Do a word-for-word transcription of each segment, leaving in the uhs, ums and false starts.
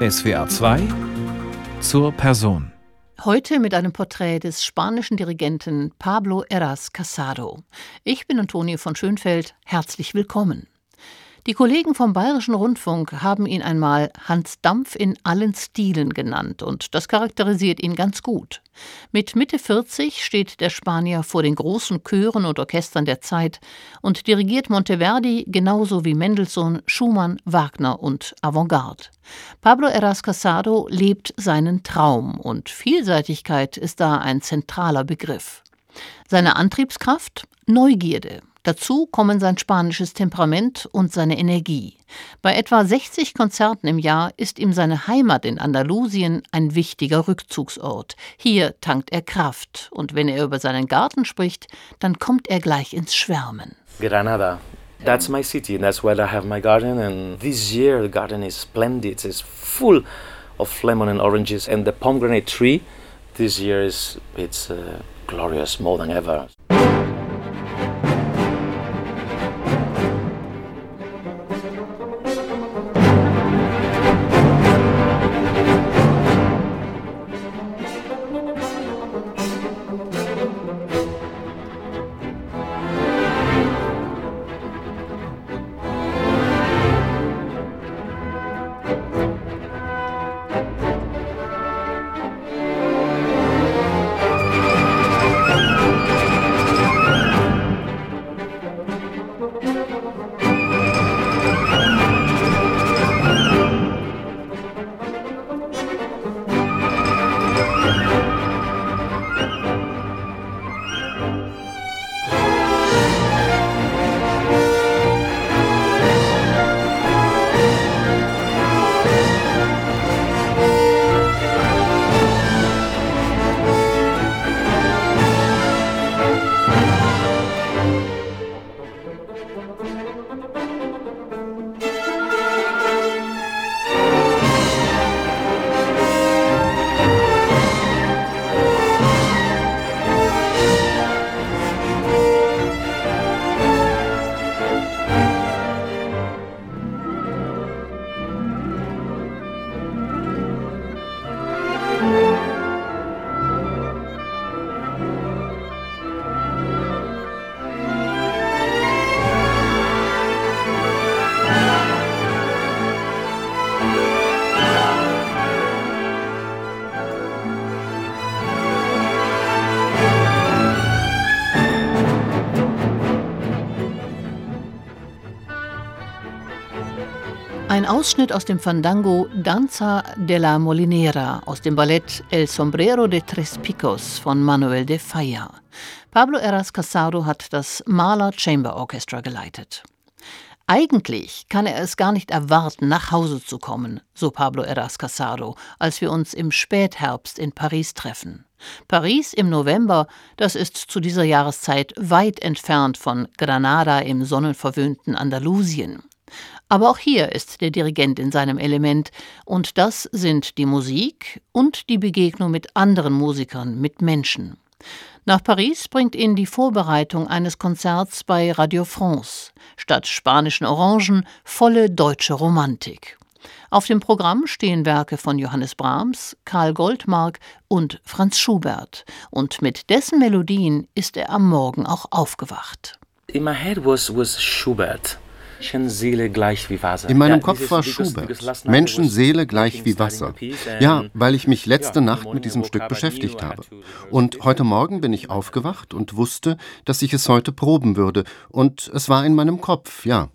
S W R zwei zur Person. Heute mit einem Porträt des spanischen Dirigenten Pablo Heras Casado. Ich bin Antonie von Schönfeld. Herzlich willkommen. Die Kollegen vom Bayerischen Rundfunk haben ihn einmal Hans Dampf in allen Stilen genannt und das charakterisiert ihn ganz gut. Mit Mitte vierzig steht der Spanier vor den großen Chören und Orchestern der Zeit und dirigiert Monteverdi genauso wie Mendelssohn, Schumann, Wagner und Avantgarde. Pablo Heras Casado lebt seinen Traum und Vielseitigkeit ist da ein zentraler Begriff. Seine Antriebskraft? Neugierde. Dazu kommen sein spanisches Temperament und seine Energie. Bei etwa sechzig Konzerten im Jahr ist ihm seine Heimat in Andalusien ein wichtiger Rückzugsort. Hier tankt er Kraft und wenn er über seinen Garten spricht, dann kommt er gleich ins Schwärmen. Granada. That's my city, that's where I have my garden, and this year the garden is splendid. It's full of lemon and oranges, and the pomegranate tree this year is it's uh, glorious more than ever. Ein Ausschnitt aus dem Fandango Danza de la Molinera aus dem Ballett El Sombrero de Tres Picos von Manuel de Falla. Pablo Heras Casado hat das Mahler Chamber Orchestra geleitet. Eigentlich kann er es gar nicht erwarten, nach Hause zu kommen, so Pablo Heras Casado, als wir uns im Spätherbst in Paris treffen. Paris im November, das ist zu dieser Jahreszeit weit entfernt von Granada im sonnenverwöhnten Andalusien. Aber auch hier ist der Dirigent in seinem Element und das sind die Musik und die Begegnung mit anderen Musikern, mit Menschen. Nach Paris bringt ihn die Vorbereitung eines Konzerts bei Radio France. Statt spanischen Orangen volle deutsche Romantik. Auf dem Programm stehen Werke von Johannes Brahms, Karl Goldmark und Franz Schubert. Und mit dessen Melodien ist er am Morgen auch aufgewacht. In my head was, was Schubert. Menschenseele gleich wie Wasser. In meinem Kopf war Schubert. Menschenseele gleich wie Wasser. Ja, weil ich mich letzte Nacht mit diesem Stück beschäftigt habe. Und heute Morgen bin ich aufgewacht und wusste, dass ich es heute proben würde. Und es war in meinem Kopf, ja.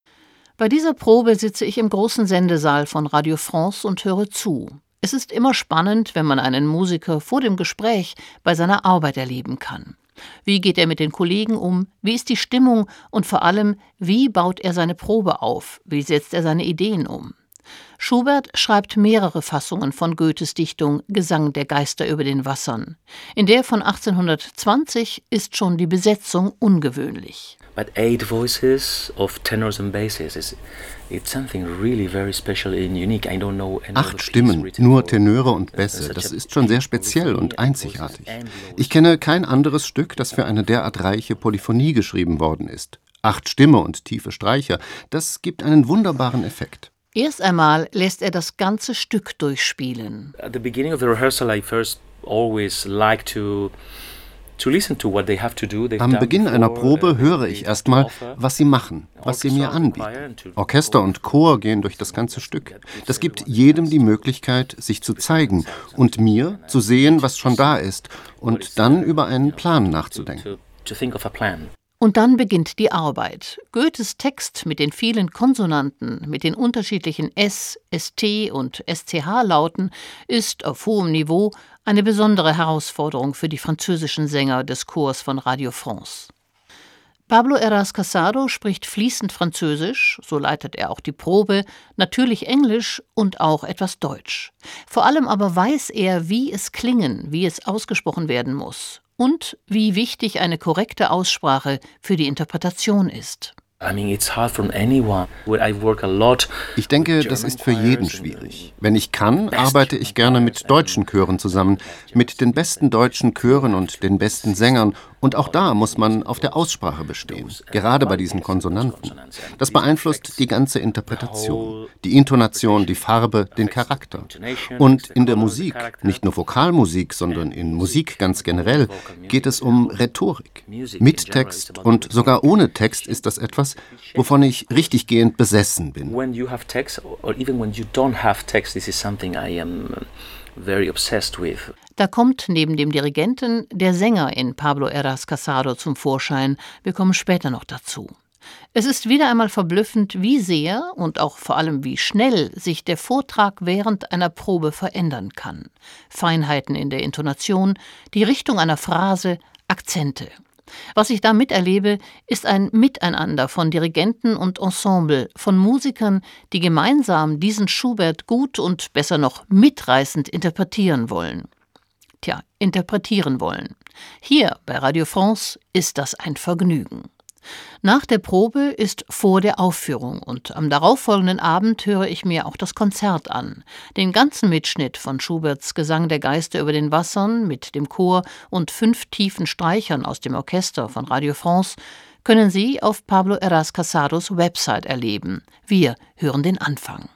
Bei dieser Probe sitze ich im großen Sendesaal von Radio France und höre zu. Es ist immer spannend, wenn man einen Musiker vor dem Gespräch bei seiner Arbeit erleben kann. Wie geht er mit den Kollegen um? Wie ist die Stimmung? Und vor allem, wie baut er seine Probe auf? Wie setzt er seine Ideen um? Schubert schreibt mehrere Fassungen von Goethes Dichtung Gesang der Geister über den Wassern. In der von achtzehnhundertzwanzig ist schon die Besetzung ungewöhnlich. But eight voices of tenors and basses is it's something really very special and unique. I don't know. Acht Stimmen, nur Tenöre und Bässe, das ist schon sehr speziell und einzigartig. Ich kenne kein anderes Stück, das für eine derart reiche Polyphonie geschrieben worden ist. Acht Stimme und tiefe Streicher, das gibt einen wunderbaren Effekt. Erst einmal lässt er das ganze Stück durchspielen. At the beginning of the rehearsal, I first always like to Am Beginn einer Probe höre ich erstmal, was sie machen, was sie mir anbieten. Orchester und Chor gehen durch das ganze Stück. Das gibt jedem die Möglichkeit, sich zu zeigen und mir zu sehen, was schon da ist und dann über einen Plan nachzudenken. Und dann beginnt die Arbeit. Goethes Text mit den vielen Konsonanten, mit den unterschiedlichen S, S T und S C H-Lauten ist auf hohem Niveau eine besondere Herausforderung für die französischen Sänger des Chors von Radio France. Pablo Heras-Casado spricht fließend Französisch, so leitet er auch die Probe, natürlich Englisch und auch etwas Deutsch. Vor allem aber weiß er, wie es klingen, wie es ausgesprochen werden muss und wie wichtig eine korrekte Aussprache für die Interpretation ist. Ich denke, das ist für jeden schwierig. Wenn ich kann, arbeite ich gerne mit deutschen Chören zusammen, mit den besten deutschen Chören und den besten Sängern. Und auch da muss man auf der Aussprache bestehen, gerade bei diesen Konsonanten. Das beeinflusst die ganze Interpretation, die Intonation, die Farbe, den Charakter. Und in der Musik, nicht nur Vokalmusik, sondern in Musik ganz generell, geht es um Rhetorik. Mit Text und sogar ohne Text ist das etwas, wovon ich richtiggehend besessen bin. When you have text or even when you don't have text, this is something I am very obsessed with. Da kommt neben dem Dirigenten der Sänger in Pablo Heras-Casado zum Vorschein. Wir kommen später noch dazu. Es ist wieder einmal verblüffend, wie sehr und auch vor allem wie schnell sich der Vortrag während einer Probe verändern kann. Feinheiten in der Intonation, die Richtung einer Phrase, Akzente. Was ich da miterlebe, ist ein Miteinander von Dirigenten und Ensemble, von Musikern, die gemeinsam diesen Schubert gut und besser noch mitreißend interpretieren wollen. Tja, interpretieren wollen. Hier bei Radio France ist das ein Vergnügen. Nach der Probe ist vor der Aufführung und am darauffolgenden Abend höre ich mir auch das Konzert an. Den ganzen Mitschnitt von Schuberts Gesang der Geister über den Wassern mit dem Chor und fünf tiefen Streichern aus dem Orchester von Radio France können Sie auf Pablo Heras-Casados Website erleben. Wir hören den Anfang.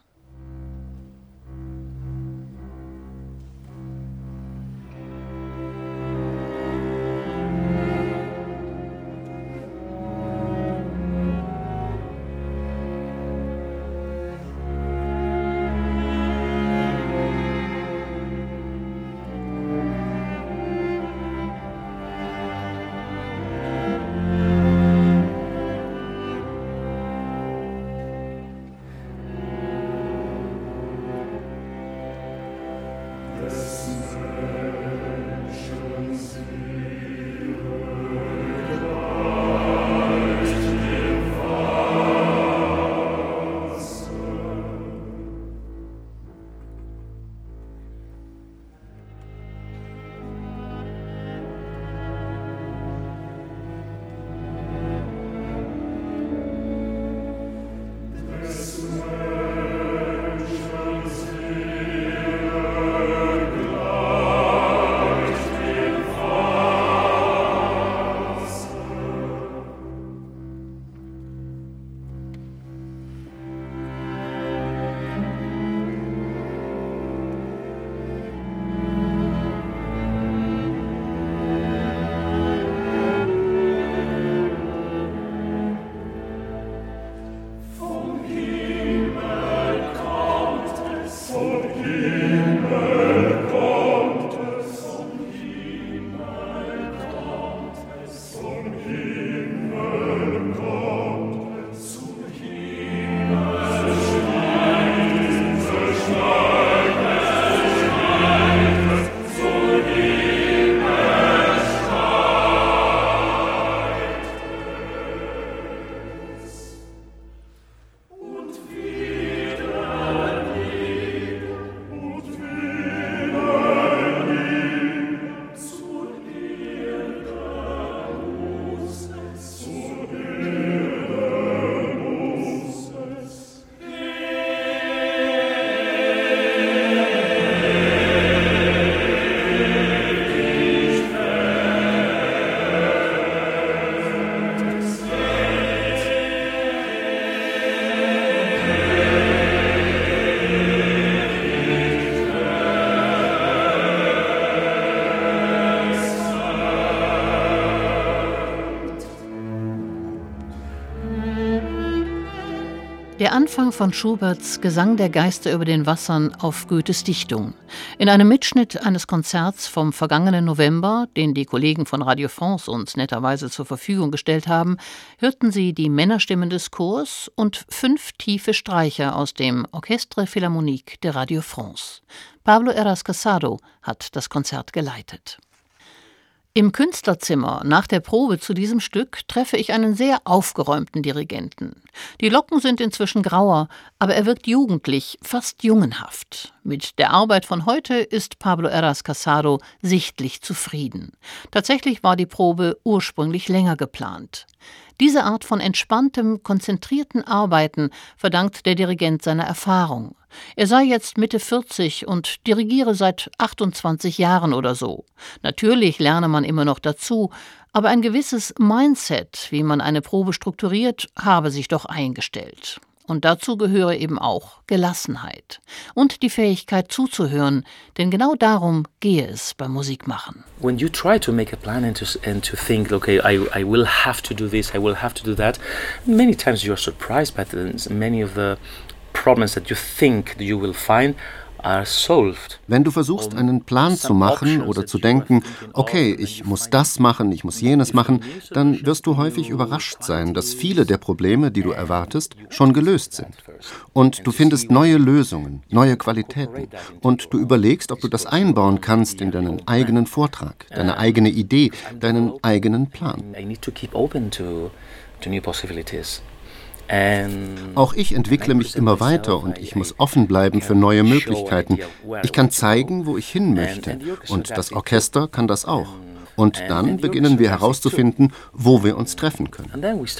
Der Anfang von Schuberts Gesang der Geister über den Wassern auf Goethes Dichtung. In einem Mitschnitt eines Konzerts vom vergangenen November, den die Kollegen von Radio France uns netterweise zur Verfügung gestellt haben, hörten Sie die Männerstimmen des Chors und fünf tiefe Streicher aus dem Orchestre Philharmonique de Radio France. Pablo Heras-Casado hat das Konzert geleitet. Im Künstlerzimmer nach der Probe zu diesem Stück treffe ich einen sehr aufgeräumten Dirigenten. Die Locken sind inzwischen grauer, aber er wirkt jugendlich, fast jungenhaft. Mit der Arbeit von heute ist Pablo Heras-Casado sichtlich zufrieden. Tatsächlich war die Probe ursprünglich länger geplant. Diese Art von entspanntem, konzentrierten Arbeiten verdankt der Dirigent seiner Erfahrung. Er sei jetzt Mitte vierzig und dirigiere seit achtundzwanzig Jahren oder so. Natürlich lerne man immer noch dazu, aber ein gewisses Mindset, wie man eine Probe strukturiert, habe sich doch eingestellt. Und dazu gehöre eben auch Gelassenheit und die Fähigkeit zuzuhören, denn genau darum gehe es beim Musikmachen. When you try to make a plan and to, and to think, okay, I, I will have to do this, I will have to do that, many times you are surprised by the, many of the problems that you think you will find are solved. Wenn du versuchst, einen Plan zu machen oder zu denken, okay, ich muss das machen, ich muss jenes machen, dann wirst du häufig überrascht sein, dass viele der Probleme, die du erwartest, schon gelöst sind. Und du findest neue Lösungen, neue Qualitäten. Und du überlegst, ob du das einbauen kannst in deinen eigenen Vortrag, deine eigene Idee, deinen eigenen Plan. I need to keep open to, to new possibilities. Auch ich entwickle mich immer weiter und ich muss offen bleiben für neue Möglichkeiten. Ich kann zeigen, wo ich hin möchte, und das Orchester kann das auch. Und dann beginnen wir herauszufinden, wo wir uns treffen können.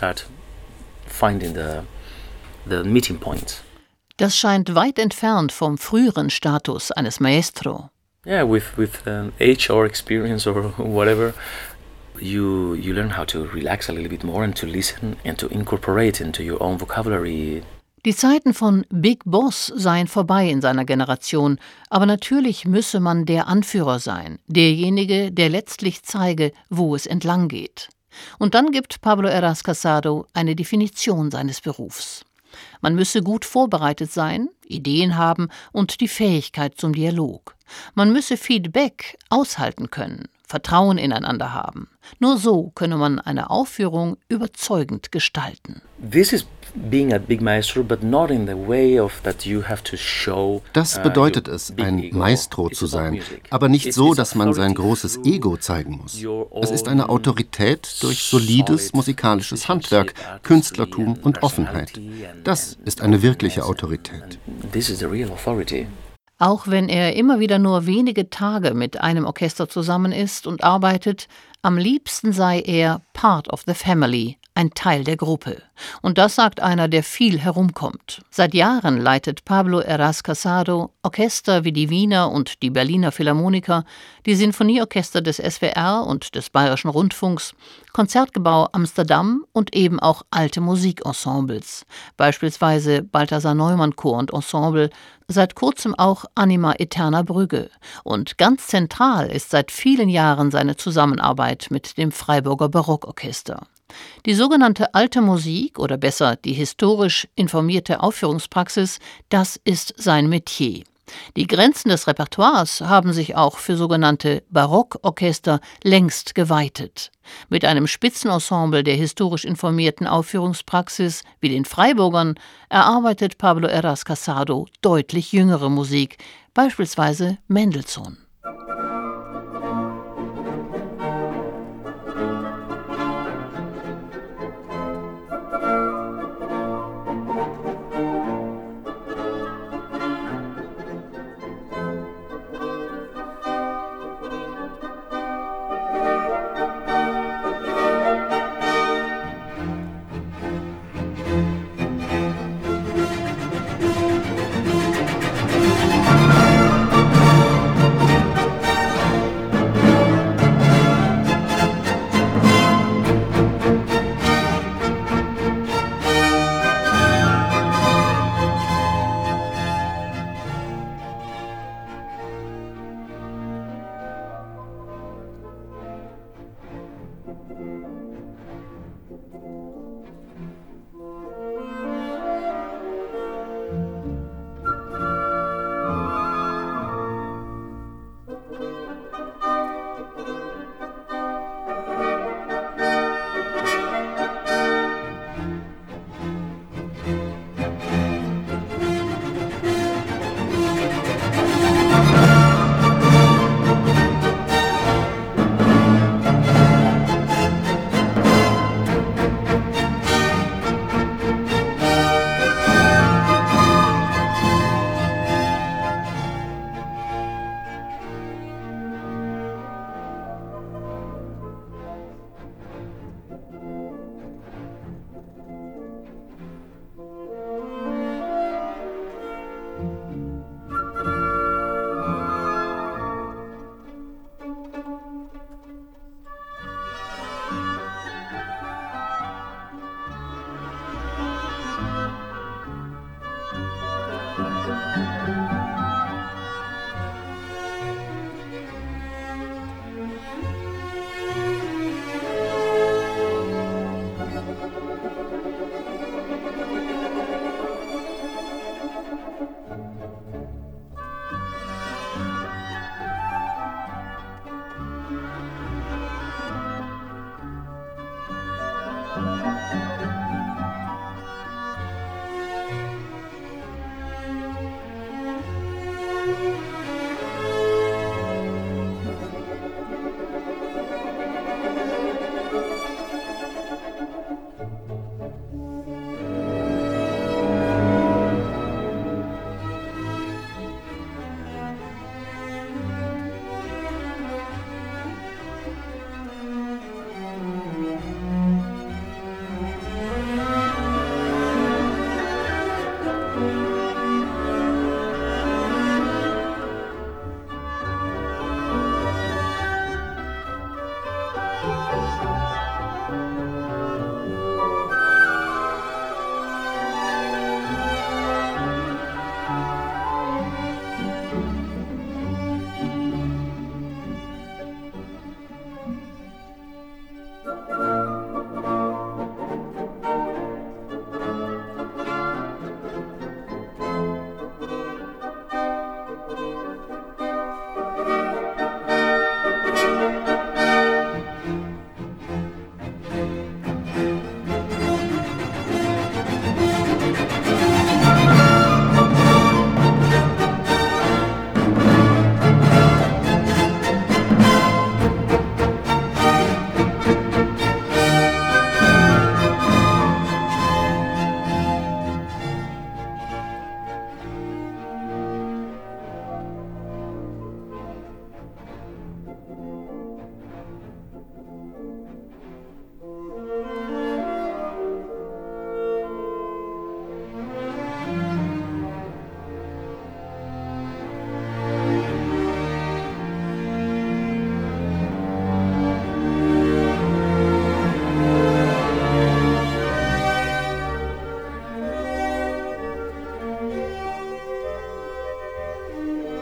Das scheint weit entfernt vom früheren Status eines Maestro. Yeah, with with um, age or experience or whatever. You, you learn how to relax a little bit more and to listen and to incorporate into your own vocabulary. Die Zeiten von Big Boss seien vorbei in seiner Generation, aber natürlich müsse man der Anführer sein, derjenige, der letztlich zeige, wo es entlang geht. Und dann gibt Pablo Heras-Casado eine Definition seines Berufs. Man müsse gut vorbereitet sein, Ideen haben und die Fähigkeit zum Dialog. Man müsse Feedback aushalten können, Vertrauen ineinander haben. Nur so könne man eine Aufführung überzeugend gestalten. This is being a big maestro, but not in the way of that you have to show. Das bedeutet es, ein Maestro zu sein, aber nicht so, dass man sein großes Ego zeigen muss. Es ist eine Autorität durch solides musikalisches Handwerk, Künstlertum und Offenheit. Das ist eine wirkliche Autorität. This is the real authority. Auch wenn er immer wieder nur wenige Tage mit einem Orchester zusammen ist und arbeitet, am liebsten sei er part of the family, ein Teil der Gruppe. Und das sagt einer, der viel herumkommt. Seit Jahren leitet Pablo Heras-Casado Orchester wie die Wiener und die Berliner Philharmoniker, die Sinfonieorchester des S W R und des Bayerischen Rundfunks, Konzertgebau Amsterdam und eben auch alte Musikensembles, beispielsweise Balthasar Neumann Chor und Ensemble, seit kurzem auch Anima Eterna Brügge. Und ganz zentral ist seit vielen Jahren seine Zusammenarbeit mit dem Freiburger Barockorchester. Die sogenannte alte Musik oder besser die historisch informierte Aufführungspraxis, das ist sein Metier. Die Grenzen des Repertoires haben sich auch für sogenannte Barockorchester längst geweitet. Mit einem Spitzenensemble der historisch informierten Aufführungspraxis wie den Freiburgern erarbeitet Pablo Heras-Casado deutlich jüngere Musik, beispielsweise Mendelssohn.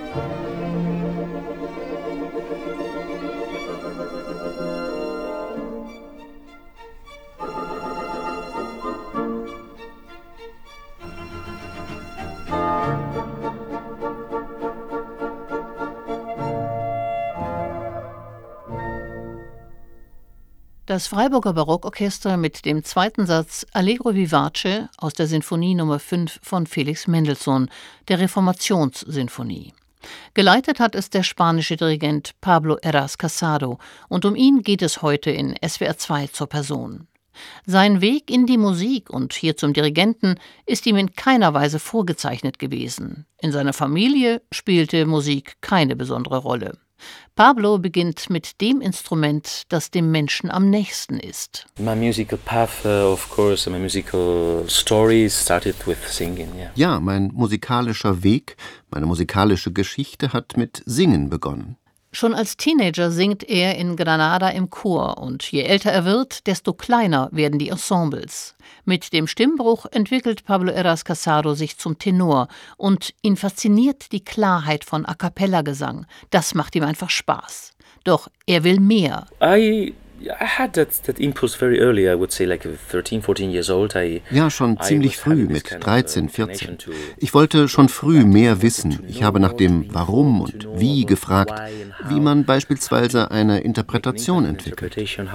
Das Freiburger Barockorchester mit dem zweiten Satz Allegro vivace aus der Sinfonie Nummer fünf von Felix Mendelssohn, der Reformationssinfonie. Geleitet hat es der spanische Dirigent Pablo Heras Casado, und um ihn geht es heute in S W R zwei zur Person. Sein Weg in die Musik und hier zum Dirigenten ist ihm in keiner Weise vorgezeichnet gewesen. In seiner Familie spielte Musik keine besondere Rolle. Pablo beginnt mit dem Instrument, das dem Menschen am nächsten ist. My musical path, uh, of course, my musical story started with singing. Yeah. Ja, mein musikalischer Weg, meine musikalische Geschichte hat mit Singen begonnen. Schon als Teenager singt er in Granada im Chor, und je älter er wird, desto kleiner werden die Ensembles. Mit dem Stimmbruch entwickelt Pablo Heras Casado sich zum Tenor, und ihn fasziniert die Klarheit von A-cappella-Gesang. Das macht ihm einfach Spaß. Doch er will mehr. I I had that, that impulse very early, I would say like thirteen, fourteen years old. I, ja, schon ziemlich früh, mit dreizehn, vierzehn. Ich wollte schon früh mehr wissen. Ich habe nach dem Warum und Wie gefragt, wie man beispielsweise eine Interpretation entwickelt.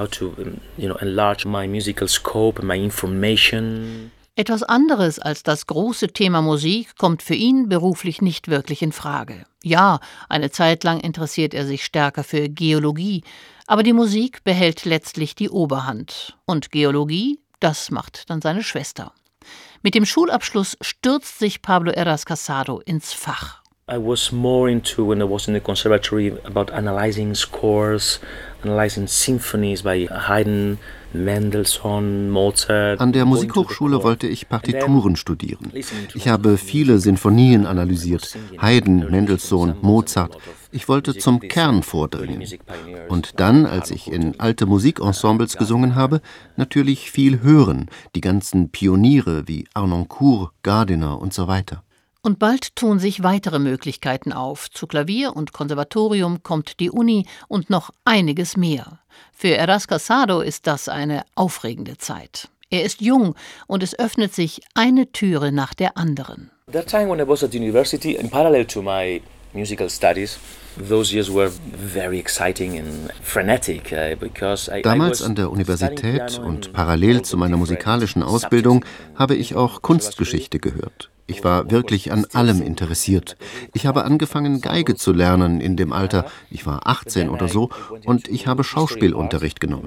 Etwas anderes als das große Thema Musik kommt für ihn beruflich nicht wirklich in Frage. Ja, eine Zeit lang interessiert er sich stärker für Geologie, aber die Musik behält letztlich die Oberhand. Und Geologie, das macht dann seine Schwester. Mit dem Schulabschluss stürzt sich Pablo Heras Casado ins Fach. I was more into, when I was in the conservatory, about analyzing scores, analyzing symphonies by Haydn, Mendelssohn, Mozart. An der Musikhochschule wollte ich Partituren studieren. Ich habe viele Sinfonien analysiert, Haydn, Mendelssohn, Mozart. Ich wollte zum Kern vordringen. Und dann, als ich in alte Musikensembles gesungen habe, natürlich viel hören, die ganzen Pioniere wie Harnoncourt, Gardiner und so weiter. Und bald tun sich weitere Möglichkeiten auf. Zu Klavier und Konservatorium kommt die Uni und noch einiges mehr. Für Heras Casado ist das eine aufregende Zeit. Er ist jung und es öffnet sich eine Türe nach der anderen. That time when I was at university, in parallel to my musical studies, those years were very exciting and frenetic, because I, Damals an der Universität und parallel zu meiner musikalischen Ausbildung habe ich auch Kunstgeschichte gehört. Ich war wirklich an allem interessiert. Ich habe angefangen, Geige zu lernen in dem Alter. Ich war achtzehn oder so und ich habe Schauspielunterricht genommen.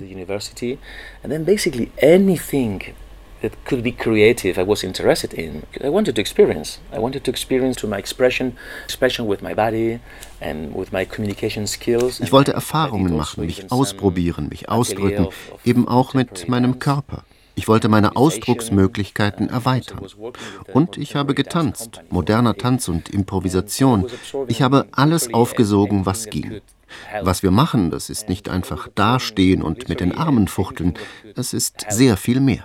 That could be creative, I was interested in. I wanted to experience. I wanted to experience to my expression, expression with my body and with my communication skills. Ich wollte Erfahrungen machen, mich ausprobieren, mich ausdrücken, eben auch mit meinem Körper. Ich wollte meine Ausdrucksmöglichkeiten erweitern. Und ich habe getanzt, moderner Tanz und Improvisation. Ich habe alles aufgesogen, was ging. Was wir machen, das ist nicht einfach dastehen und mit den Armen fuchteln, es ist sehr viel mehr.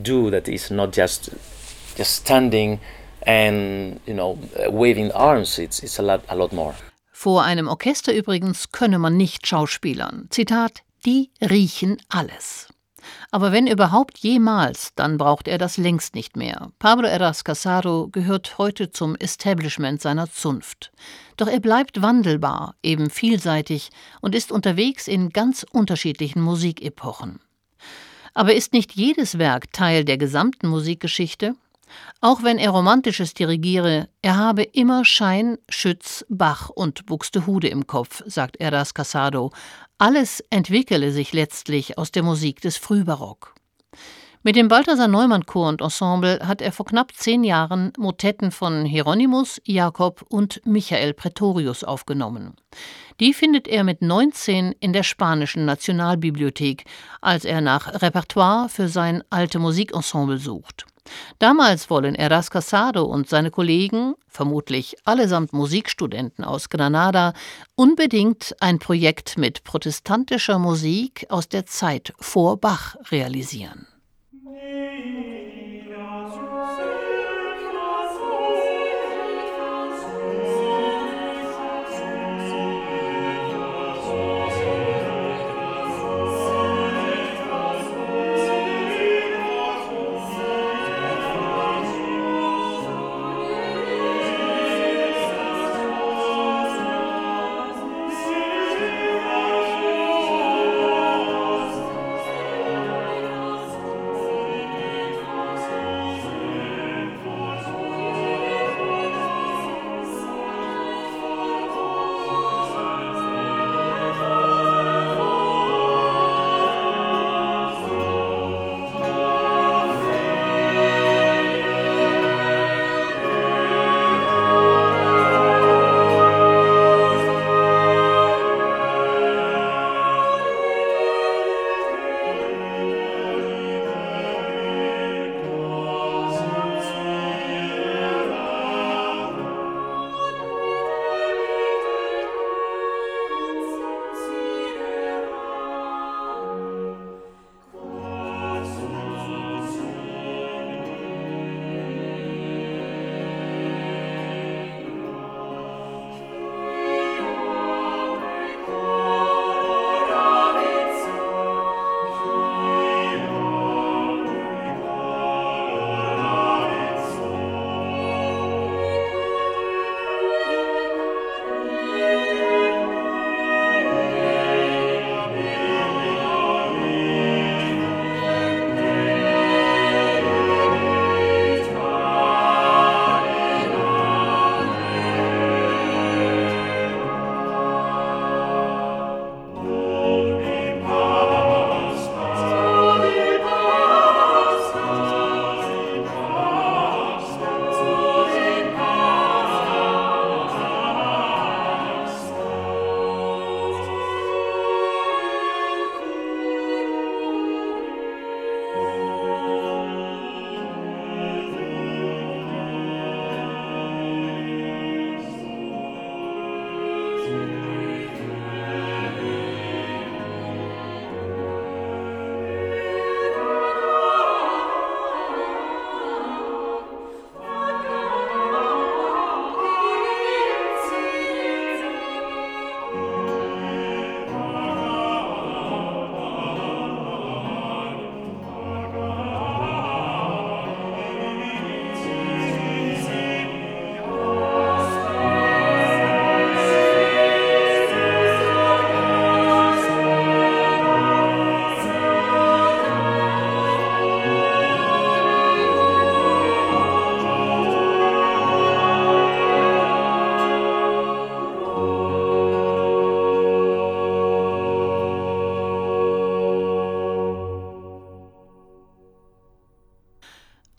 Vor einem Orchester übrigens könne man nicht schauspielern. Zitat, die riechen alles. Aber wenn überhaupt jemals, dann braucht er das längst nicht mehr. Pablo Heras Casado gehört heute zum Establishment seiner Zunft. Doch er bleibt wandelbar, eben vielseitig und ist unterwegs in ganz unterschiedlichen Musikepochen. Aber ist nicht jedes Werk Teil der gesamten Musikgeschichte? Auch wenn er Romantisches dirigiere, er habe immer Schein, Schütz, Bach und Buxtehude im Kopf, sagt Heras Casado. Alles entwickele sich letztlich aus der Musik des Frühbarock. Mit dem Balthasar Neumann Chor und Ensemble hat er vor knapp zehn Jahren Motetten von Hieronymus, Jakob und Michael Praetorius aufgenommen. Die findet er mit neunzehn in der Spanischen Nationalbibliothek, als er nach Repertoire für sein alte Musikensemble sucht. Damals wollen Heras Casado und seine Kollegen, vermutlich allesamt Musikstudenten aus Granada, unbedingt ein Projekt mit protestantischer Musik aus der Zeit vor Bach realisieren.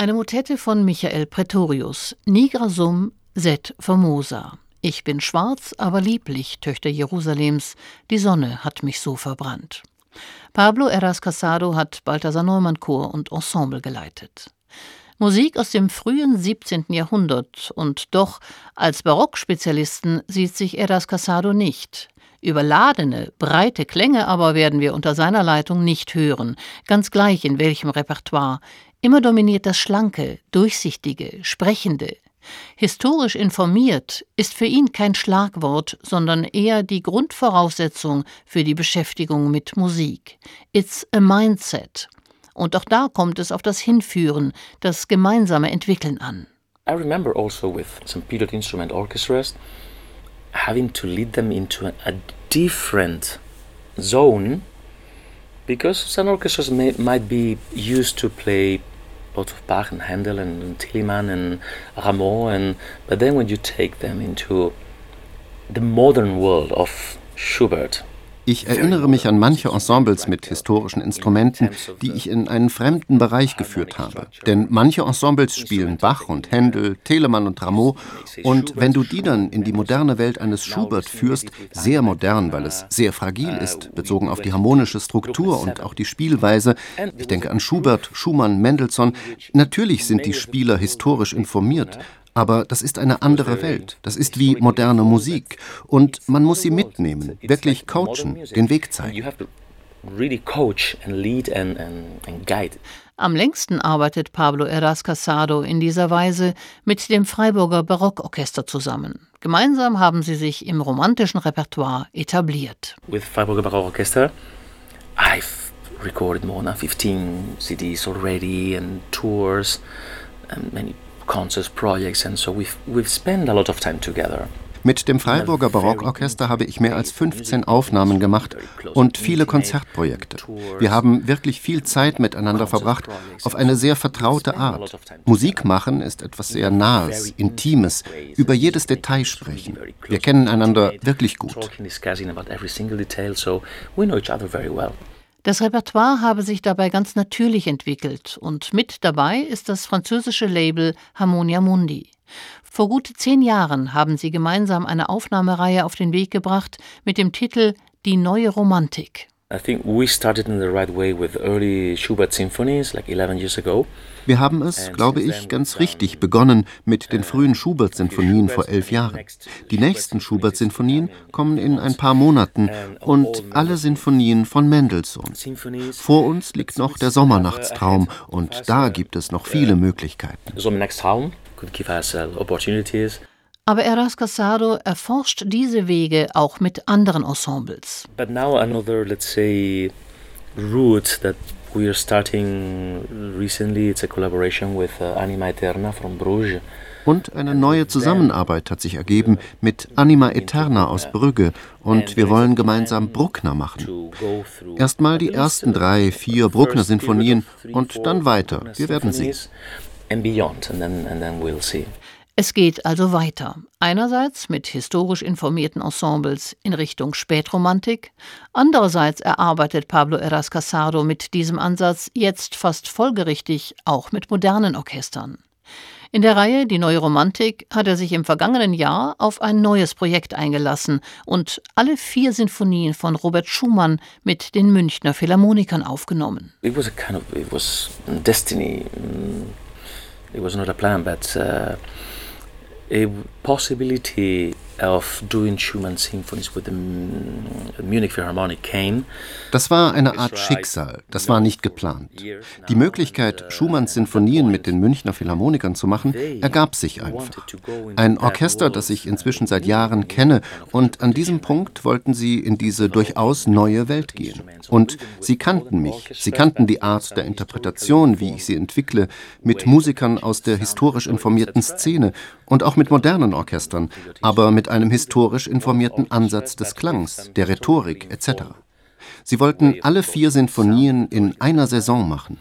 Eine Motette von Michael Praetorius, Nigra sum sed formosa. Ich bin schwarz, aber lieblich, Töchter Jerusalems, die Sonne hat mich so verbrannt. Pablo Heras Casado hat Balthasar Neumann Chor und Ensemble geleitet. Musik aus dem frühen siebzehnten Jahrhundert, und doch als Barockspezialisten sieht sich Heras Casado nicht. Überladene, breite Klänge aber werden wir unter seiner Leitung nicht hören, ganz gleich in welchem Repertoire. Immer dominiert das Schlanke, Durchsichtige, Sprechende. Historisch informiert ist für ihn kein Schlagwort, sondern eher die Grundvoraussetzung für die Beschäftigung mit Musik. It's a mindset. Und auch da kommt es auf das Hinführen, das gemeinsame Entwickeln an. I remember also with some period instrument orchestras having to lead them into a different zone, because some orchestras may, might be used to play both of Bach and Handel and Telemann and Rameau, and but then when you take them into the modern world of Schubert. Ich erinnere mich an manche Ensembles mit historischen Instrumenten, die ich in einen fremden Bereich geführt habe. Denn manche Ensembles spielen Bach und Händel, Telemann und Rameau. Und wenn du die dann in die moderne Welt eines Schubert führst, sehr modern, weil es sehr fragil ist, bezogen auf die harmonische Struktur und auch die Spielweise. Ich denke an Schubert, Schumann, Mendelssohn. Natürlich sind die Spieler historisch informiert. Aber das ist eine andere Welt. Das ist wie moderne Musik. Und man muss sie mitnehmen, wirklich coachen, den Weg zeigen. Am längsten arbeitet Pablo Heras Casado in dieser Weise mit dem Freiburger Barockorchester zusammen. Gemeinsam haben sie sich im romantischen Repertoire etabliert. With Freiburger Barockorchester, I've recorded more than fifteen C Ds already and tours and many concerts, projects, and so we've we've spent a lot of time together. Mit dem Freiburger Barockorchester habe ich mehr als fünfzehn Aufnahmen gemacht und viele Konzertprojekte. Wir haben wirklich viel Zeit miteinander verbracht, auf eine sehr vertraute Art. Musik machen ist etwas sehr Nahes, Intimes, über jedes Detail sprechen. Wir kennen einander wirklich gut. Das Repertoire habe sich dabei ganz natürlich entwickelt, und mit dabei ist das französische Label Harmonia Mundi. Vor gut zehn Jahren haben sie gemeinsam eine Aufnahmereihe auf den Weg gebracht mit dem Titel Die neue Romantik. I think we started in the right way with early Schubert symphonies like eleven years ago. Wir haben es, glaube ich, ganz richtig begonnen mit den frühen Schubert-Sinfonien vor elf Jahren. Die nächsten Schubert-Sinfonien kommen in ein paar Monaten und alle Sinfonien von Mendelssohn. Vor uns liegt noch der Sommernachtstraum und da gibt es noch viele Möglichkeiten. Sommernachtstraum could give us opportunities. Aber Heras Casado erforscht diese Wege auch mit anderen Ensembles. But now another, let's say, route that we are starting recently, it's a collaboration with uh, Anima Eterna from Bruges. Und eine neue Zusammenarbeit hat sich ergeben mit Anima Eterna aus Brügge und wir wollen gemeinsam Bruckner machen. Erstmal die ersten drei, vier Bruckner-Sinfonien und dann weiter. Wir werden sehen. And beyond, and then, and then we'll see. Es geht also weiter. Einerseits mit historisch informierten Ensembles in Richtung Spätromantik, andererseits erarbeitet Pablo Heras Casado mit diesem Ansatz jetzt fast folgerichtig auch mit modernen Orchestern. In der Reihe Die neue Romantik hat er sich im vergangenen Jahr auf ein neues Projekt eingelassen und alle vier Sinfonien von Robert Schumann mit den Münchner Philharmonikern aufgenommen. It was a kind of, it was destiny. It was not a plan, but uh, a possibility of doing Schumann symphonies with the Munich Philharmonic came. Das war eine Art Schicksal, das war nicht geplant. Die Möglichkeit, Schumanns Sinfonien mit den Münchner Philharmonikern zu machen, ergab sich einfach. Ein Orchester, das ich inzwischen seit Jahren kenne, und an diesem Punkt wollten sie in diese durchaus neue Welt gehen. Und sie kannten mich, sie kannten die Art der Interpretation, wie ich sie entwickle, mit Musikern aus der historisch informierten Szene und auch mit modernen Orchestern, aber mit einem historisch informierten Ansatz des Klangs, der Rhetorik et cetera. Sie wollten alle vier Sinfonien in einer Saison machen.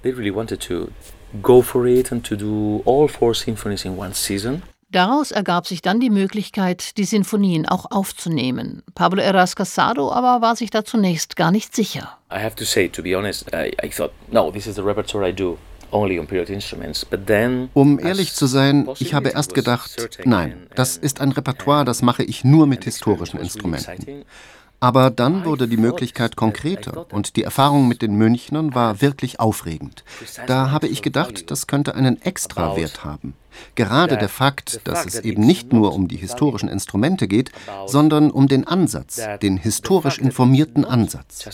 Daraus ergab sich dann die Möglichkeit, die Sinfonien auch aufzunehmen. Pablo Heras Casado aber war sich da zunächst gar nicht sicher. I have to say, to be honest, I, I thought, no, this is the repertoire I do Um ehrlich zu sein, ich habe erst gedacht, nein, das ist ein Repertoire, das mache ich nur mit historischen Instrumenten. Aber dann wurde die Möglichkeit konkreter und die Erfahrung mit den Münchnern war wirklich aufregend. Da habe ich gedacht, das könnte einen Extrawert haben. Gerade der Fakt, dass es eben nicht nur um die historischen Instrumente geht, sondern um den Ansatz, den historisch informierten Ansatz.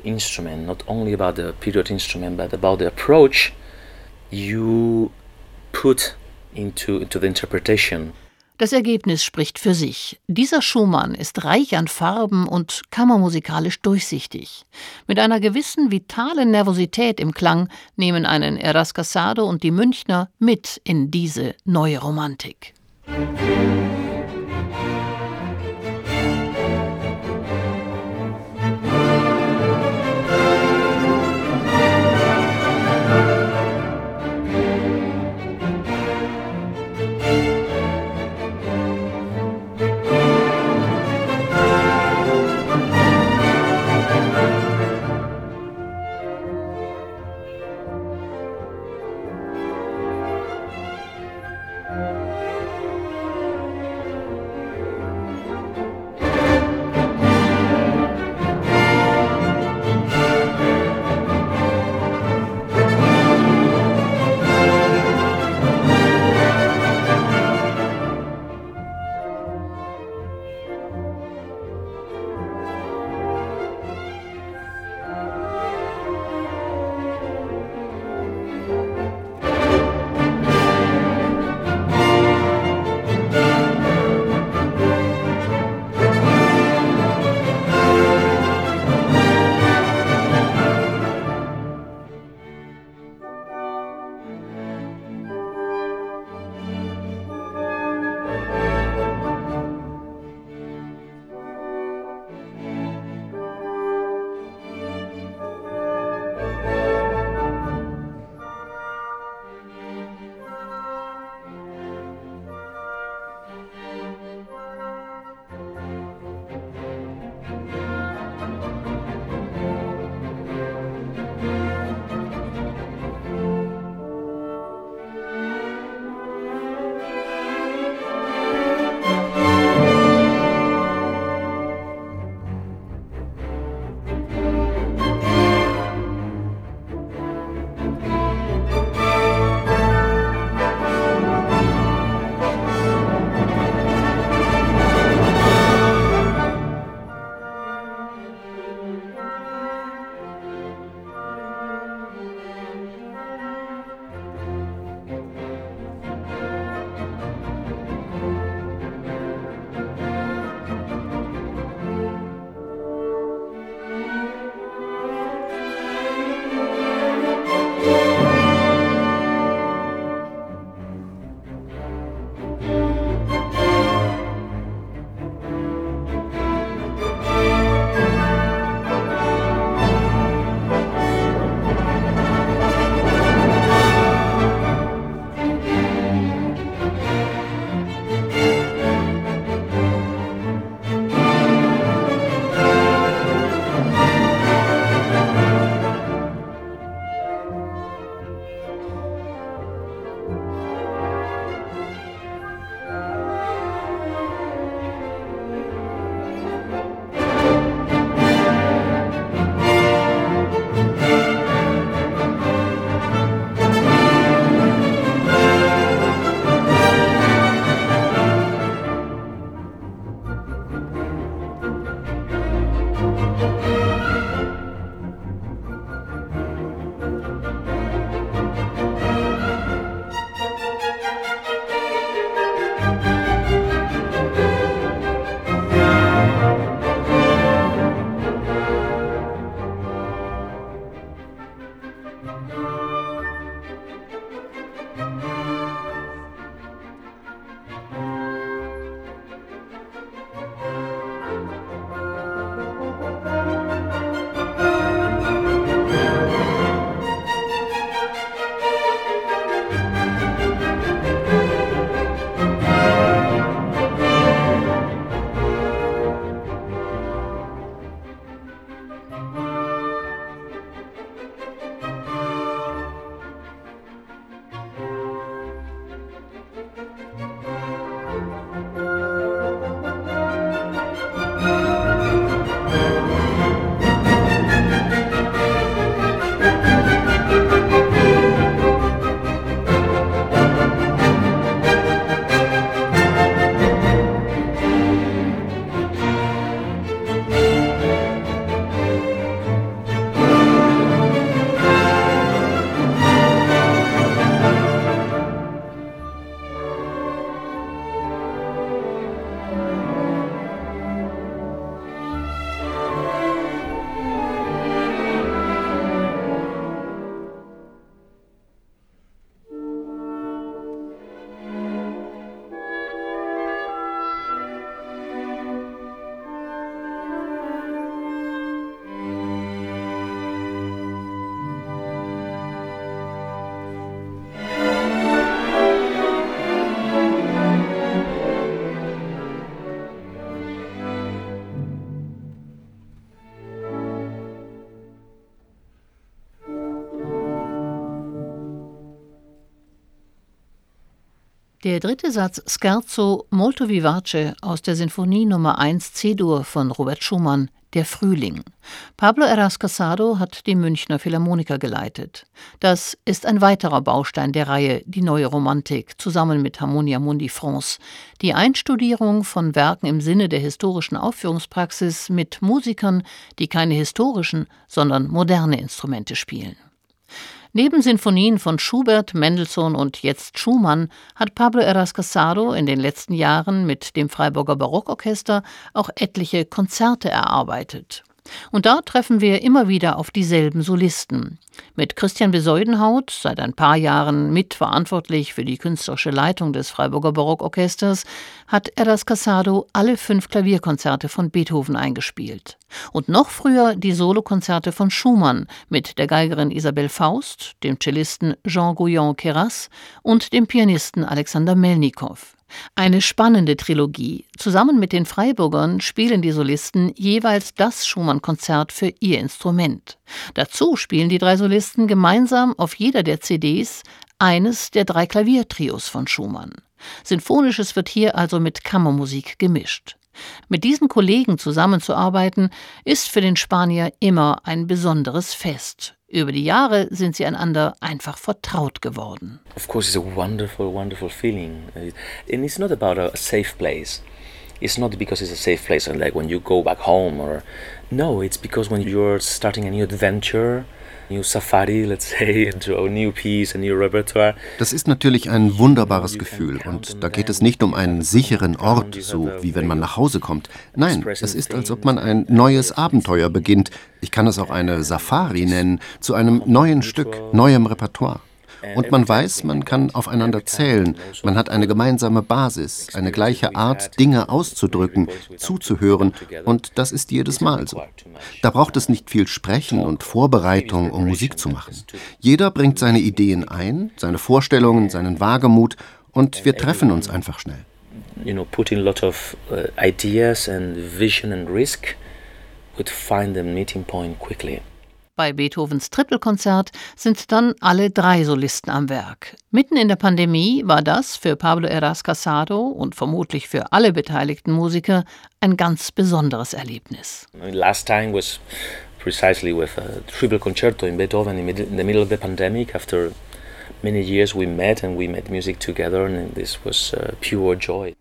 You put into, into the interpretation. Das Ergebnis spricht für sich. Dieser Schumann ist reich an Farben und kammermusikalisch durchsichtig. Mit einer gewissen vitalen Nervosität im Klang nehmen einen Eras Casado und die Münchner mit in diese neue Romantik. Der dritte Satz Scherzo molto vivace aus der Sinfonie Nummer eins C-Dur von Robert Schumann, Der Frühling. Pablo Heras-Casado hat die Münchner Philharmoniker geleitet. Das ist ein weiterer Baustein der Reihe Die neue Romantik, zusammen mit Harmonia Mundi France. Die Einstudierung von Werken im Sinne der historischen Aufführungspraxis mit Musikern, die keine historischen, sondern moderne Instrumente spielen. Neben Sinfonien von Schubert, Mendelssohn und jetzt Schumann hat Pablo Heras-Casado in den letzten Jahren mit dem Freiburger Barockorchester auch etliche Konzerte erarbeitet. Und da treffen wir immer wieder auf dieselben Solisten. Mit Christian Besuidenhout, seit ein paar Jahren mitverantwortlich für die künstlerische Leitung des Freiburger Barockorchesters, hat Heras-Casado alle fünf Klavierkonzerte von Beethoven eingespielt. Und noch früher die Solokonzerte von Schumann mit der Geigerin Isabelle Faust, dem Cellisten Jean Gouyon-Queyras und dem Pianisten Alexander Melnikow. Eine spannende Trilogie. Zusammen mit den Freiburgern spielen die Solisten jeweils das Schumann-Konzert für ihr Instrument. Dazu spielen die drei Solisten gemeinsam auf jeder der C Ds eines der drei Klaviertrios von Schumann. Sinfonisches wird hier also mit Kammermusik gemischt. Mit diesen Kollegen zusammenzuarbeiten, ist für den Spanier immer ein besonderes Fest. Über die Jahre sind sie einander einfach vertraut geworden. Of course, it's a wonderful, wonderful feeling. And it's not about a safe place. It's not because it's a safe place and like when you go back home or no, it's because when you're starting a new adventure, new safari, let's say, into a new piece, a new repertoire. Das ist natürlich ein wunderbares Gefühl und da geht es nicht um einen sicheren Ort, so wie wenn man nach Hause kommt. Nein, es ist, als ob man ein neues Abenteuer beginnt. Ich kann es auch eine Safari nennen, zu einem neuen Stück, neuem Repertoire. Und man weiß, man kann aufeinander zählen, man hat eine gemeinsame Basis, eine gleiche Art, Dinge auszudrücken, zuzuhören, und das ist jedes Mal so. Da braucht es nicht viel Sprechen und Vorbereitung, um Musik zu machen. Jeder bringt seine Ideen ein, seine Vorstellungen, seinen Wagemut, und wir treffen uns einfach schnell. You know, put in a lot of uh, ideas and vision and risk, would find the meeting point quickly. Bei Beethovens Trippelkonzert sind dann alle drei Solisten am Werk. Mitten in der Pandemie war das für Pablo Heras-Casado und vermutlich für alle beteiligten Musiker ein ganz besonderes Erlebnis. Last time was precisely with a triple concerto in Beethoven in the middle of the pandemic. After many years we met and we made music together and this was uh, pure joy.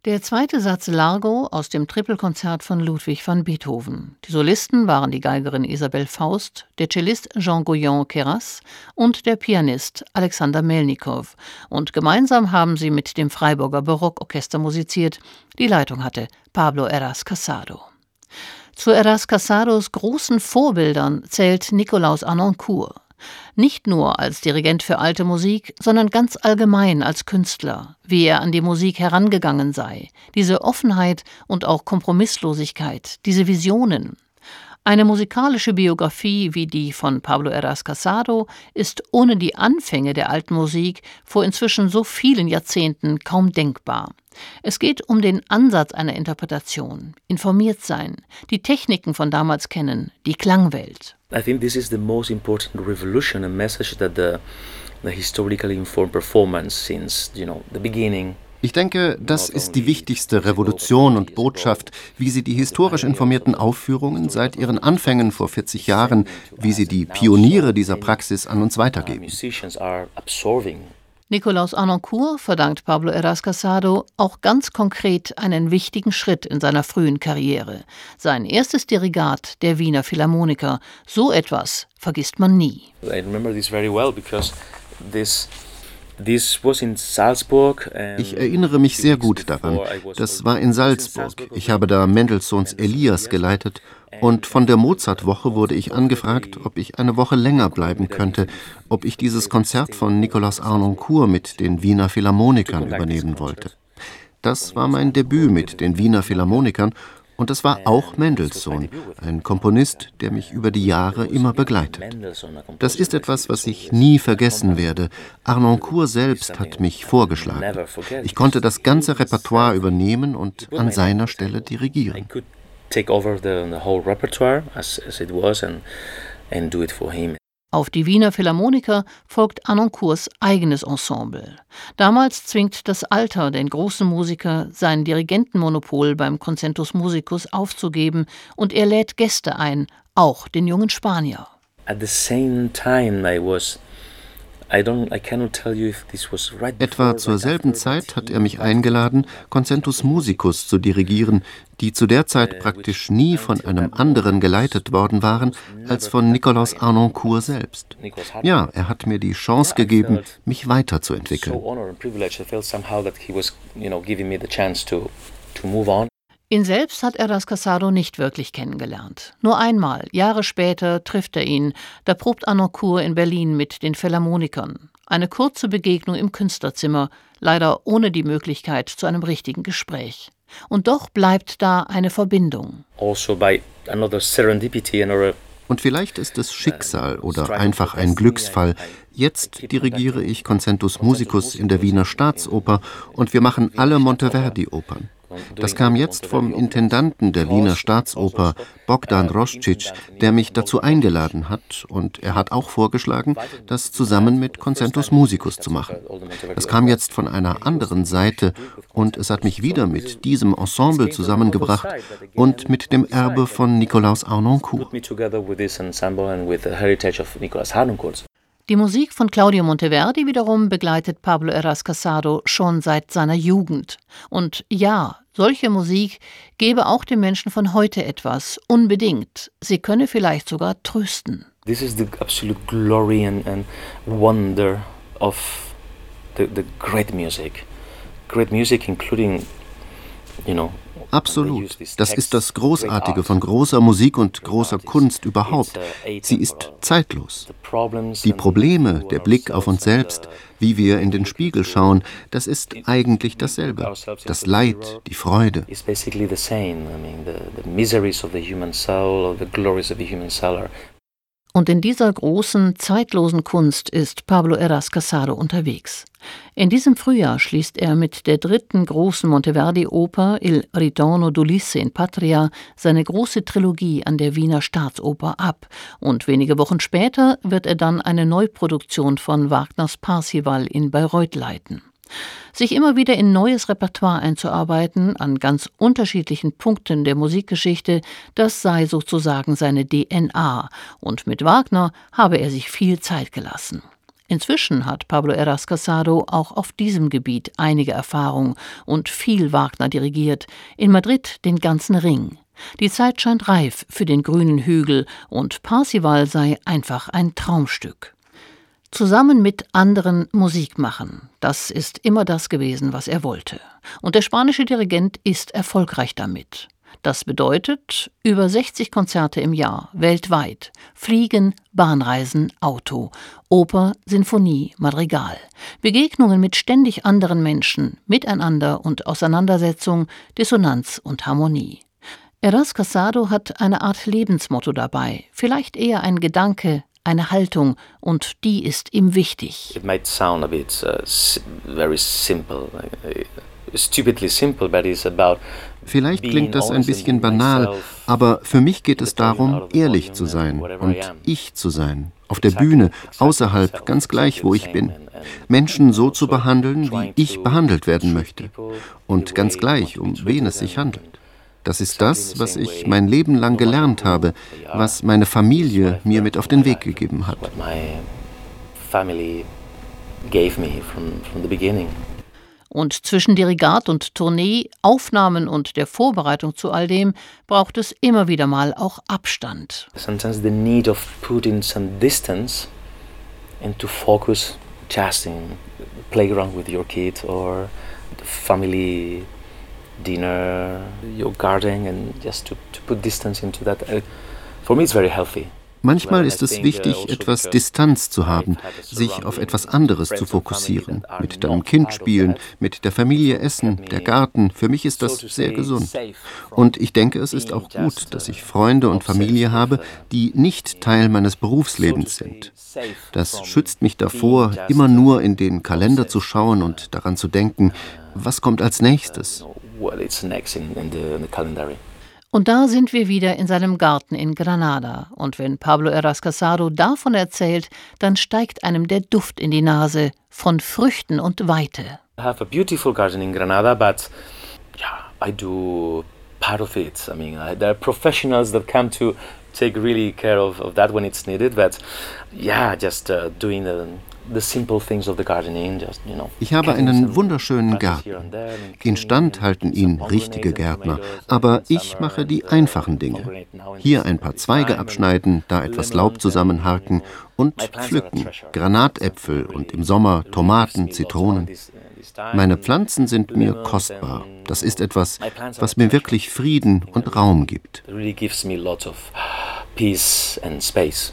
Der zweite Satz Largo aus dem Tripelkonzert von Ludwig van Beethoven. Die Solisten waren die Geigerin Isabelle Faust, der Cellist Jean-Guyon Queyras und der Pianist Alexander Melnikow. Und gemeinsam haben sie mit dem Freiburger Barockorchester musiziert. Die Leitung hatte Pablo Heras Casado. Zu Heras Casados großen Vorbildern zählt Nikolaus Harnoncourt. Nicht nur als Dirigent für alte Musik, sondern ganz allgemein als Künstler, wie er an die Musik herangegangen sei, diese Offenheit und auch Kompromisslosigkeit, diese Visionen. Eine musikalische Biografie wie die von Pablo Heras Casado ist ohne die Anfänge der alten Musik vor inzwischen so vielen Jahrzehnten kaum denkbar. Es geht um den Ansatz einer Interpretation, informiert sein, die Techniken von damals kennen, die Klangwelt. I think this is the most important revolution and message that the, the historically informed performance since, you know, the beginning. Ich denke, das ist die wichtigste Revolution und Botschaft, wie sie die historisch informierten Aufführungen seit ihren Anfängen vor vierzig Jahren, wie sie die Pioniere dieser Praxis an uns weitergeben. Nikolaus Harnoncourt verdankt Pablo Heras Casado auch ganz konkret einen wichtigen Schritt in seiner frühen Karriere. Sein erstes Dirigat der Wiener Philharmoniker. So etwas vergisst man nie. I remember this very well because this This was in Salzburg. Ich erinnere mich sehr gut daran. Das war in Salzburg. Ich habe da Mendelssohns Elias geleitet und von der Mozartwoche wurde ich angefragt, ob ich eine Woche länger bleiben könnte, ob ich dieses Konzert von Nikolaus Harnoncourt mit den Wiener Philharmonikern übernehmen wollte. Das war mein Debüt mit den Wiener Philharmonikern. Und es war auch Mendelssohn, ein Komponist, der mich über die Jahre immer begleitet. Das ist etwas, was ich nie vergessen werde. Harnoncourt selbst hat mich vorgeschlagen. Ich konnte das ganze Repertoire übernehmen und an seiner Stelle dirigieren. Auf die Wiener Philharmoniker folgt Harnoncourts eigenes Ensemble. Damals zwingt das Alter den großen Musiker, sein Dirigentenmonopol beim Concentus Musicus aufzugeben und er lädt Gäste ein, auch den jungen Spanier. At the same time I was Etwa zur selben Zeit hat er mich eingeladen, Concentus Musicus zu dirigieren, die zu der Zeit praktisch nie von einem anderen geleitet worden waren als von Nikolaus Harnoncourt selbst. Ja, er hat mir die Chance gegeben, mich weiterzuentwickeln. Ihn selbst hat Heras Casado nicht wirklich kennengelernt. Nur einmal, Jahre später, trifft er ihn. Da probt Harnoncourt in Berlin mit den Philharmonikern. Eine kurze Begegnung im Künstlerzimmer, leider ohne die Möglichkeit zu einem richtigen Gespräch. Und doch bleibt da eine Verbindung. Also by another serendipity, another Und vielleicht ist es Schicksal oder einfach ein Glücksfall. Jetzt dirigiere ich Concentus Musicus in der Wiener Staatsoper und wir machen alle Monteverdi-Opern. Das kam jetzt vom Intendanten der Wiener Staatsoper, Bogdan Roscic, der mich dazu eingeladen hat, und er hat auch vorgeschlagen, das zusammen mit Concentus Musicus zu machen. Das kam jetzt von einer anderen Seite und es hat mich wieder mit diesem Ensemble zusammengebracht und mit dem Erbe von Nikolaus Harnoncourt. Die Musik von Claudio Monteverdi wiederum begleitet Pablo Heras Casado schon seit seiner Jugend. Und ja, solche Musik gebe auch den Menschen von heute etwas, unbedingt. Sie könne vielleicht sogar trösten. This is the absolute glory and, and wonder of the, the great music. Great music including, you know, Absolut. Das ist das Großartige von großer Musik und großer Kunst überhaupt. Sie ist zeitlos. Die Probleme, der Blick auf uns selbst, wie wir in den Spiegel schauen, das ist eigentlich dasselbe. Das Leid, die Freude. Und in dieser großen, zeitlosen Kunst ist Pablo Heras Casado unterwegs. In diesem Frühjahr schließt er mit der dritten großen Monteverdi-Oper Il Ritorno d'Ulisse in Patria seine große Trilogie an der Wiener Staatsoper ab. Und wenige Wochen später wird er dann eine Neuproduktion von Wagners Parzival in Bayreuth leiten. Sich immer wieder in neues Repertoire einzuarbeiten, an ganz unterschiedlichen Punkten der Musikgeschichte, das sei sozusagen seine D N A. Und mit Wagner habe er sich viel Zeit gelassen. Inzwischen hat Pablo Heras Casado auch auf diesem Gebiet einige Erfahrung und viel Wagner dirigiert, in Madrid den ganzen Ring. Die Zeit scheint reif für den grünen Hügel und Parzival sei einfach ein Traumstück. Zusammen mit anderen Musik machen, das ist immer das gewesen, was er wollte. Und der spanische Dirigent ist erfolgreich damit. Das bedeutet über sechzig Konzerte im Jahr, weltweit, Fliegen, Bahnreisen, Auto, Oper, Sinfonie, Madrigal, Begegnungen mit ständig anderen Menschen, Miteinander und Auseinandersetzung, Dissonanz und Harmonie. Heras Casado hat eine Art Lebensmotto dabei, vielleicht eher ein Gedanke, eine Haltung, und die ist ihm wichtig. It might sound a bit uh, very simple, stupidly simple, but it's about. Vielleicht klingt das ein bisschen banal, aber für mich geht es darum, ehrlich zu sein und ich zu sein. Auf der Bühne, außerhalb, ganz gleich, wo ich bin. Menschen so zu behandeln, wie ich behandelt werden möchte. Und ganz gleich, um wen es sich handelt. Das ist das, was ich mein Leben lang gelernt habe, was meine Familie mir mit auf den Weg gegeben hat. Und zwischen Dirigat und Tournee, Aufnahmen und der Vorbereitung zu all dem braucht es immer wieder mal auch Abstand. Sometimes the need of putting some distance and to focus just in playground with your kid or the family dinner, your garden, and just to, to put distance into that. Uh, for me it's very healthy. Manchmal ist es wichtig, etwas Distanz zu haben, sich auf etwas anderes zu fokussieren. Mit deinem Kind spielen, mit der Familie essen, der Garten. Für mich ist das sehr gesund. Und ich denke, es ist auch gut, dass ich Freunde und Familie habe, die nicht Teil meines Berufslebens sind. Das schützt mich davor, immer nur in den Kalender zu schauen und daran zu denken, was kommt als nächstes. Und da sind wir wieder in seinem Garten in Granada. Und wenn Pablo Heras Casado davon erzählt, dann steigt einem der Duft in die Nase von Früchten und Weite. I have a beautiful garden in Granada, but yeah, I do part of it. I mean, I, there are professionals that come to take really care of, of that when it's needed, but yeah, just uh, doing the The simple things of the gardening, just, you know. Ich habe einen wunderschönen Garten. Instand halten ihn richtige Gärtner, aber ich mache die einfachen Dinge. Hier ein paar Zweige abschneiden, da etwas Laub zusammenharken und pflücken. Granatäpfel und im Sommer Tomaten, Zitronen. Meine Pflanzen sind mir kostbar. Das ist etwas, was mir wirklich Frieden und Raum gibt. It really gives me lots of peace and space.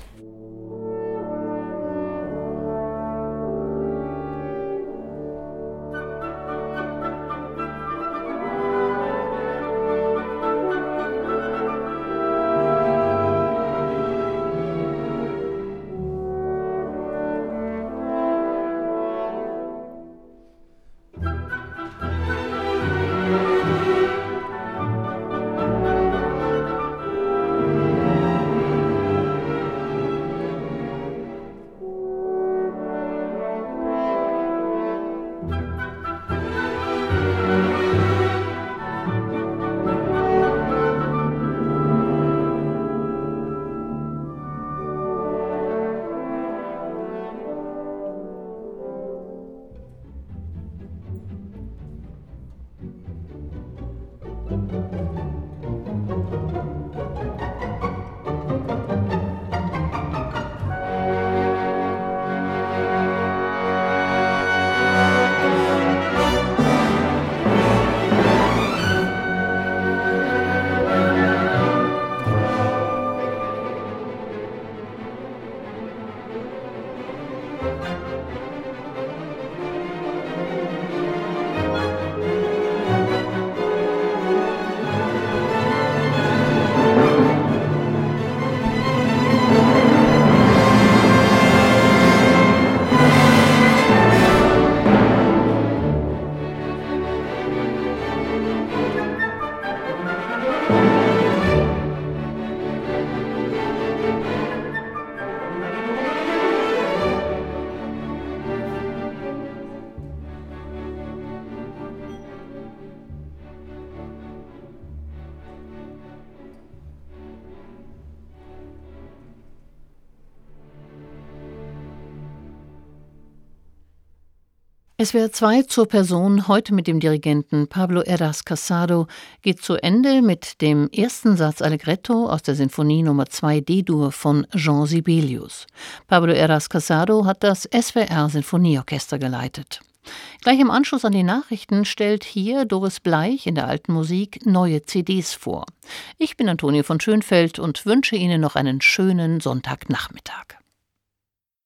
S W R zwei zur Person, heute mit dem Dirigenten Pablo Heras Casado, geht zu Ende mit dem ersten Satz Allegretto aus der Sinfonie Nummer zwei D-Dur von Jean Sibelius. Pablo Heras Casado hat das S W R-Sinfonieorchester geleitet. Gleich im Anschluss an die Nachrichten stellt hier Doris Bleich in der Alten Musik neue C Ds vor. Ich bin Antonie von Schönfeld und wünsche Ihnen noch einen schönen Sonntagnachmittag.